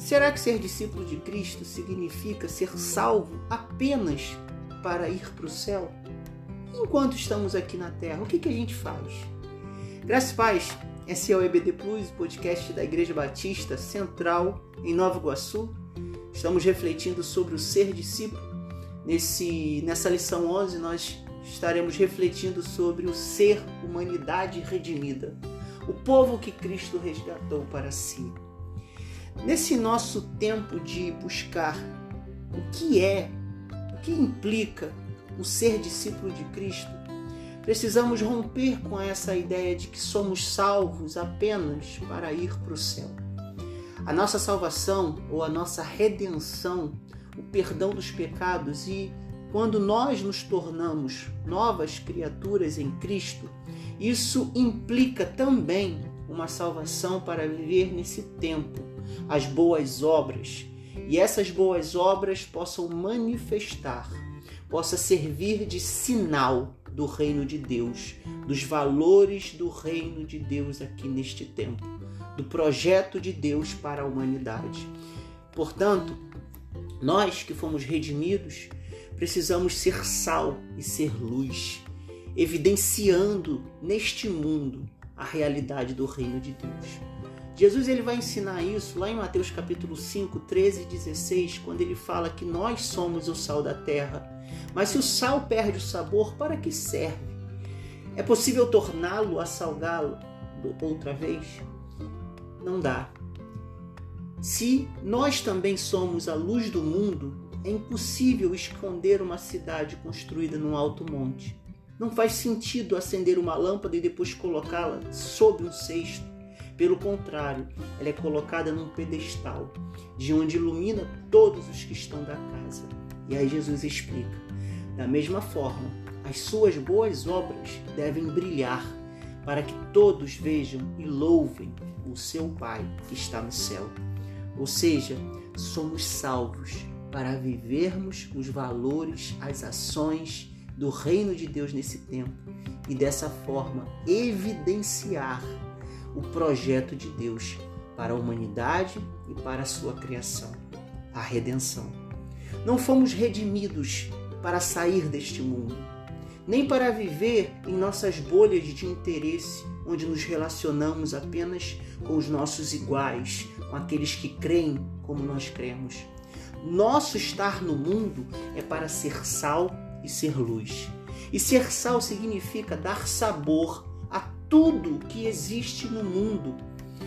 Será que ser discípulo de Cristo significa ser salvo apenas para ir para o céu? Enquanto estamos aqui na Terra, o que a gente faz? Graças e paz, esse é o EBD Plus, podcast da Igreja Batista Central em Nova Iguaçu. Estamos refletindo sobre o ser discípulo. Nessa lição 11, nós estaremos refletindo sobre o ser humanidade redimida, o povo que Cristo resgatou para si. Nesse nosso tempo de buscar o que implica o ser discípulo de Cristo, precisamos romper com essa ideia de que somos salvos apenas para ir para o céu. A nossa salvação ou a nossa redenção, o perdão dos pecados e quando nós nos tornamos novas criaturas em Cristo, isso implica também uma salvação para viver nesse tempo, as boas obras. E essas boas obras possam manifestar, possa servir de sinal do reino de Deus, dos valores do reino de Deus aqui neste tempo, do projeto de Deus para a humanidade. Portanto, nós que fomos redimidos, precisamos ser sal e ser luz, evidenciando neste mundo a realidade do reino de Deus. Jesus ele vai ensinar isso lá em Mateus capítulo 5, 13 e 16, quando ele fala que nós somos o sal da terra. Mas se o sal perde o sabor, para que serve? É possível torná-lo a salgá-lo outra vez? Não dá. Se nós também somos a luz do mundo, é impossível esconder uma cidade construída num alto monte. Não faz sentido acender uma lâmpada e depois colocá-la sob um cesto. Pelo contrário, ela é colocada num pedestal, de onde ilumina todos os que estão da casa. E aí Jesus explica. Da mesma forma, as suas boas obras devem brilhar, para que todos vejam e louvem o seu Pai que está no céu. Ou seja, somos salvos para vivermos os valores, as ações do reino de Deus nesse tempo e dessa forma evidenciar o projeto de Deus para a humanidade e para a sua criação, a redenção. Não fomos redimidos para sair deste mundo, nem para viver em nossas bolhas de interesse, onde nos relacionamos apenas com os nossos iguais, com aqueles que creem como nós cremos. Nosso estar no mundo é para ser sal e ser luz. E ser sal significa dar sabor a tudo que existe no mundo.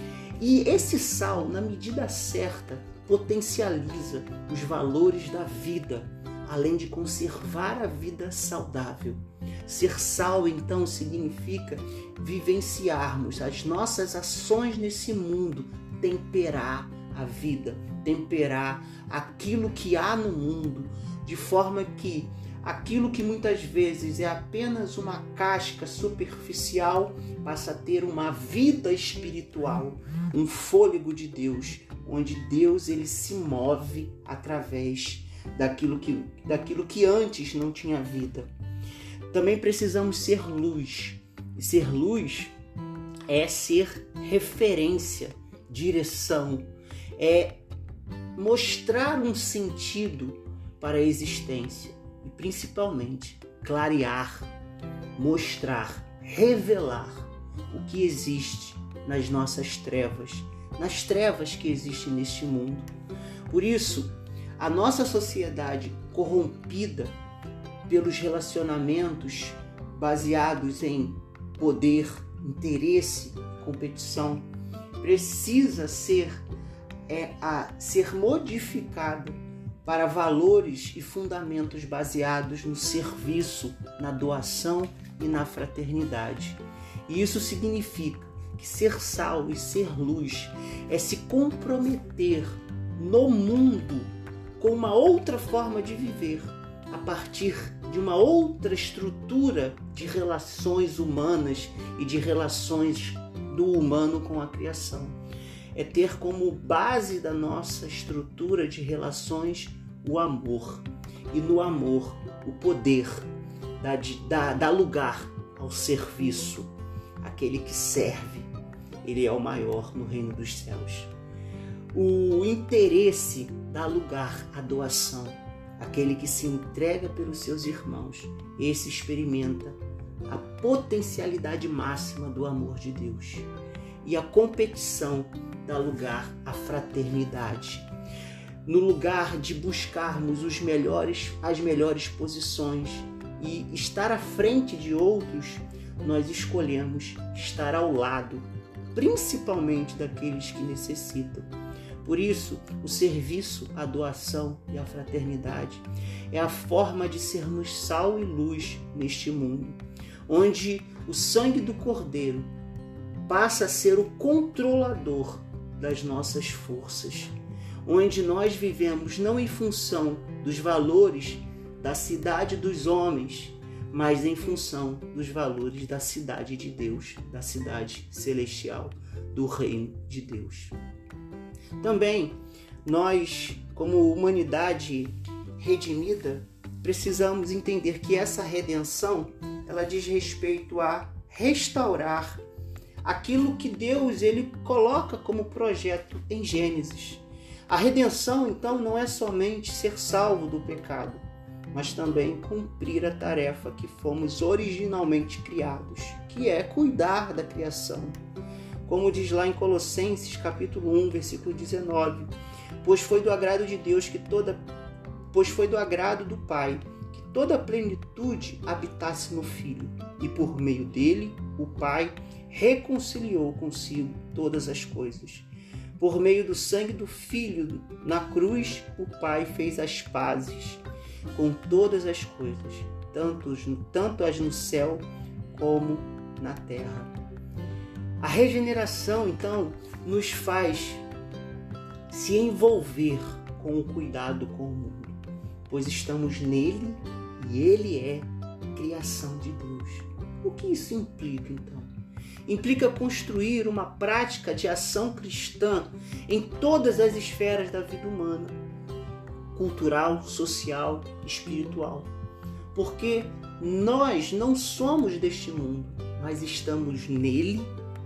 E esse sal, na medida certa, potencializa os valores da vida, além de conservar a vida saudável. Ser sal, então, significa vivenciarmos as nossas ações nesse mundo, temperar a vida, temperar aquilo que há no mundo, de forma que aquilo que muitas vezes é apenas uma casca superficial passa a ter uma vida espiritual, um fôlego de Deus, onde Deus ele se move através daquilo que antes não tinha vida. Também precisamos ser luz. E ser luz é ser referência, direção, é mostrar um sentido para a existência e principalmente clarear, mostrar, revelar o que existe nas nossas trevas, nas trevas que existem neste mundo. Por isso, a nossa sociedade corrompida pelos relacionamentos baseados em poder, interesse, competição, precisa ser modificada para valores e fundamentos baseados no serviço, na doação e na fraternidade. E isso significa que ser sal e ser luz é se comprometer no mundo com uma outra forma de viver, a partir de uma outra estrutura de relações humanas e de relações do humano com a criação. É ter como base da nossa estrutura de relações o amor. E no amor, o poder dá lugar ao serviço. Aquele que serve, ele é o maior no reino dos céus. O interesse dá lugar à doação. Aquele que se entrega pelos seus irmãos, esse experimenta a potencialidade máxima do amor de Deus. E a competição dá lugar à fraternidade. No lugar de buscarmos as melhores posições e estar à frente de outros, nós escolhemos estar ao lado, principalmente daqueles que necessitam. Por isso, o serviço, a doação e a fraternidade é a forma de sermos sal e luz neste mundo, onde o sangue do Cordeiro passa a ser o controlador das nossas forças, onde nós vivemos não em função dos valores da cidade dos homens, mas em função dos valores da cidade de Deus, da cidade celestial, do reino de Deus. Também nós, como humanidade redimida, precisamos entender que essa redenção, ela diz respeito a restaurar aquilo que Deus ele coloca como projeto em Gênesis. A redenção, então, não é somente ser salvo do pecado, mas também cumprir a tarefa que fomos originalmente criados, que é cuidar da criação. Como diz lá em Colossenses, capítulo 1, versículo 19, pois foi do agrado do Pai que toda a plenitude habitasse no Filho, e por meio dele, o Pai reconciliou consigo todas as coisas. Por meio do sangue do Filho na cruz, o Pai fez as pazes com todas as coisas, tanto as no céu como na terra. A regeneração, então, nos faz se envolver com o cuidado com o mundo, pois estamos nele e ele é criação de Deus. O que isso implica, então? Implica construir uma prática de ação cristã em todas as esferas da vida humana, cultural, social, espiritual. Porque nós não somos deste mundo, mas estamos nele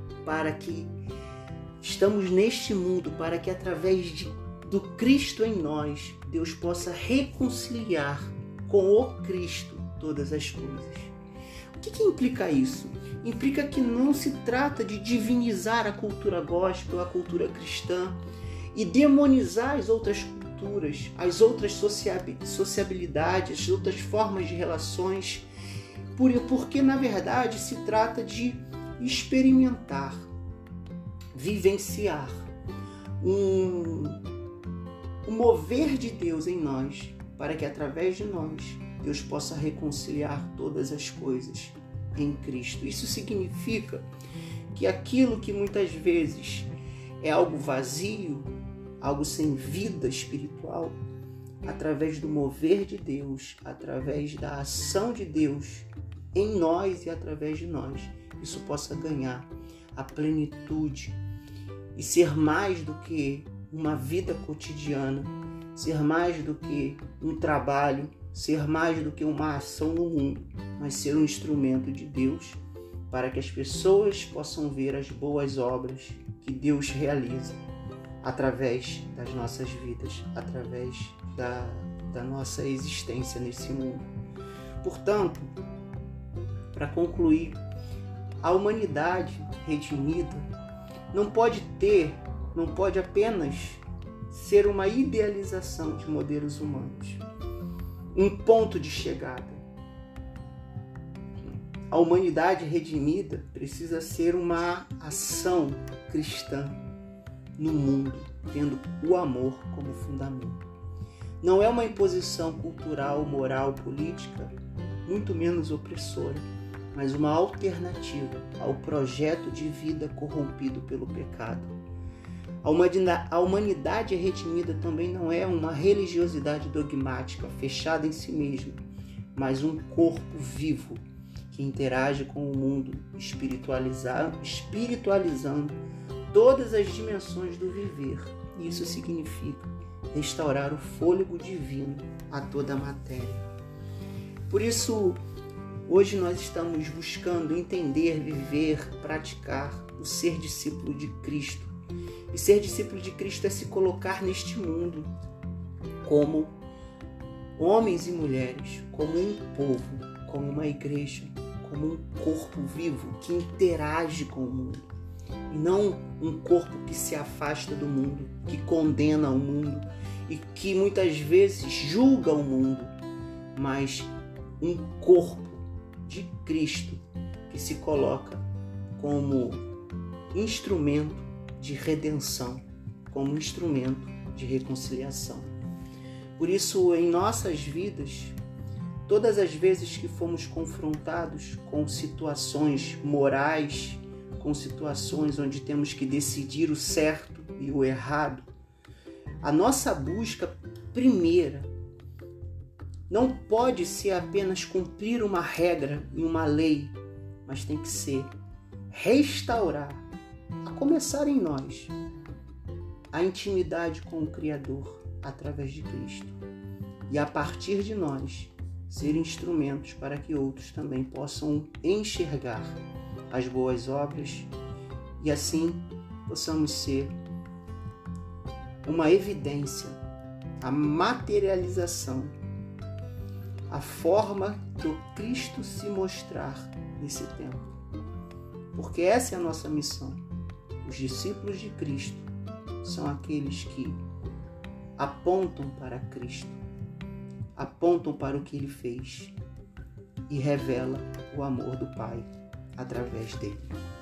estamos neste mundo para que através do Cristo em nós, Deus possa reconciliar com o Cristo todas as coisas. O que implica isso? Implica que não se trata de divinizar a cultura gospel, a cultura cristã e demonizar as outras culturas, as outras sociabilidades, as outras formas de relações, porque na verdade se trata de experimentar, vivenciar um mover de Deus em nós, para que através de nós Deus possa reconciliar todas as coisas em Cristo. Isso significa que aquilo que muitas vezes é algo vazio, algo sem vida espiritual, através do mover de Deus, através da ação de Deus em nós e através de nós, isso possa ganhar a plenitude e ser mais do que uma vida cotidiana, ser mais do que um trabalho, ser mais do que uma ação no mundo, mas ser um instrumento de Deus para que as pessoas possam ver as boas obras que Deus realiza através das nossas vidas, através da nossa existência nesse mundo. Portanto, para concluir, a humanidade redimida não pode apenas ser uma idealização de modelos humanos, um ponto de chegada. A humanidade redimida precisa ser uma ação cristã no mundo, tendo o amor como fundamento. Não é uma imposição cultural, moral, política, muito menos opressora, mas uma alternativa ao projeto de vida corrompido pelo pecado. A humanidade redimida também não é uma religiosidade dogmática, fechada em si mesma, mas um corpo vivo que interage com o mundo, espiritualizando todas as dimensões do viver. Isso significa restaurar o fôlego divino a toda a matéria. Por isso, hoje nós estamos buscando entender, viver, praticar o ser discípulo de Cristo, E ser discípulo de Cristo é se colocar neste mundo como homens e mulheres, como um povo, como uma igreja, como um corpo vivo que interage com o mundo. E não um corpo que se afasta do mundo, que condena o mundo e que muitas vezes julga o mundo, mas um corpo de Cristo que se coloca como instrumento de redenção, como instrumento de reconciliação. Por isso, em nossas vidas, todas as vezes que fomos confrontados com situações morais, com situações onde temos que decidir o certo e o errado, a nossa busca primeira não pode ser apenas cumprir uma regra e uma lei, mas tem que ser restaurar, a começar em nós, a intimidade com o Criador através de Cristo. E a partir de nós, ser instrumentos para que outros também possam enxergar as boas obras e assim possamos ser uma evidência, a materialização, a forma do Cristo se mostrar nesse tempo. Porque essa é a nossa missão. Os discípulos de Cristo são aqueles que apontam para Cristo, apontam para o que Ele fez e revela o amor do Pai através dele.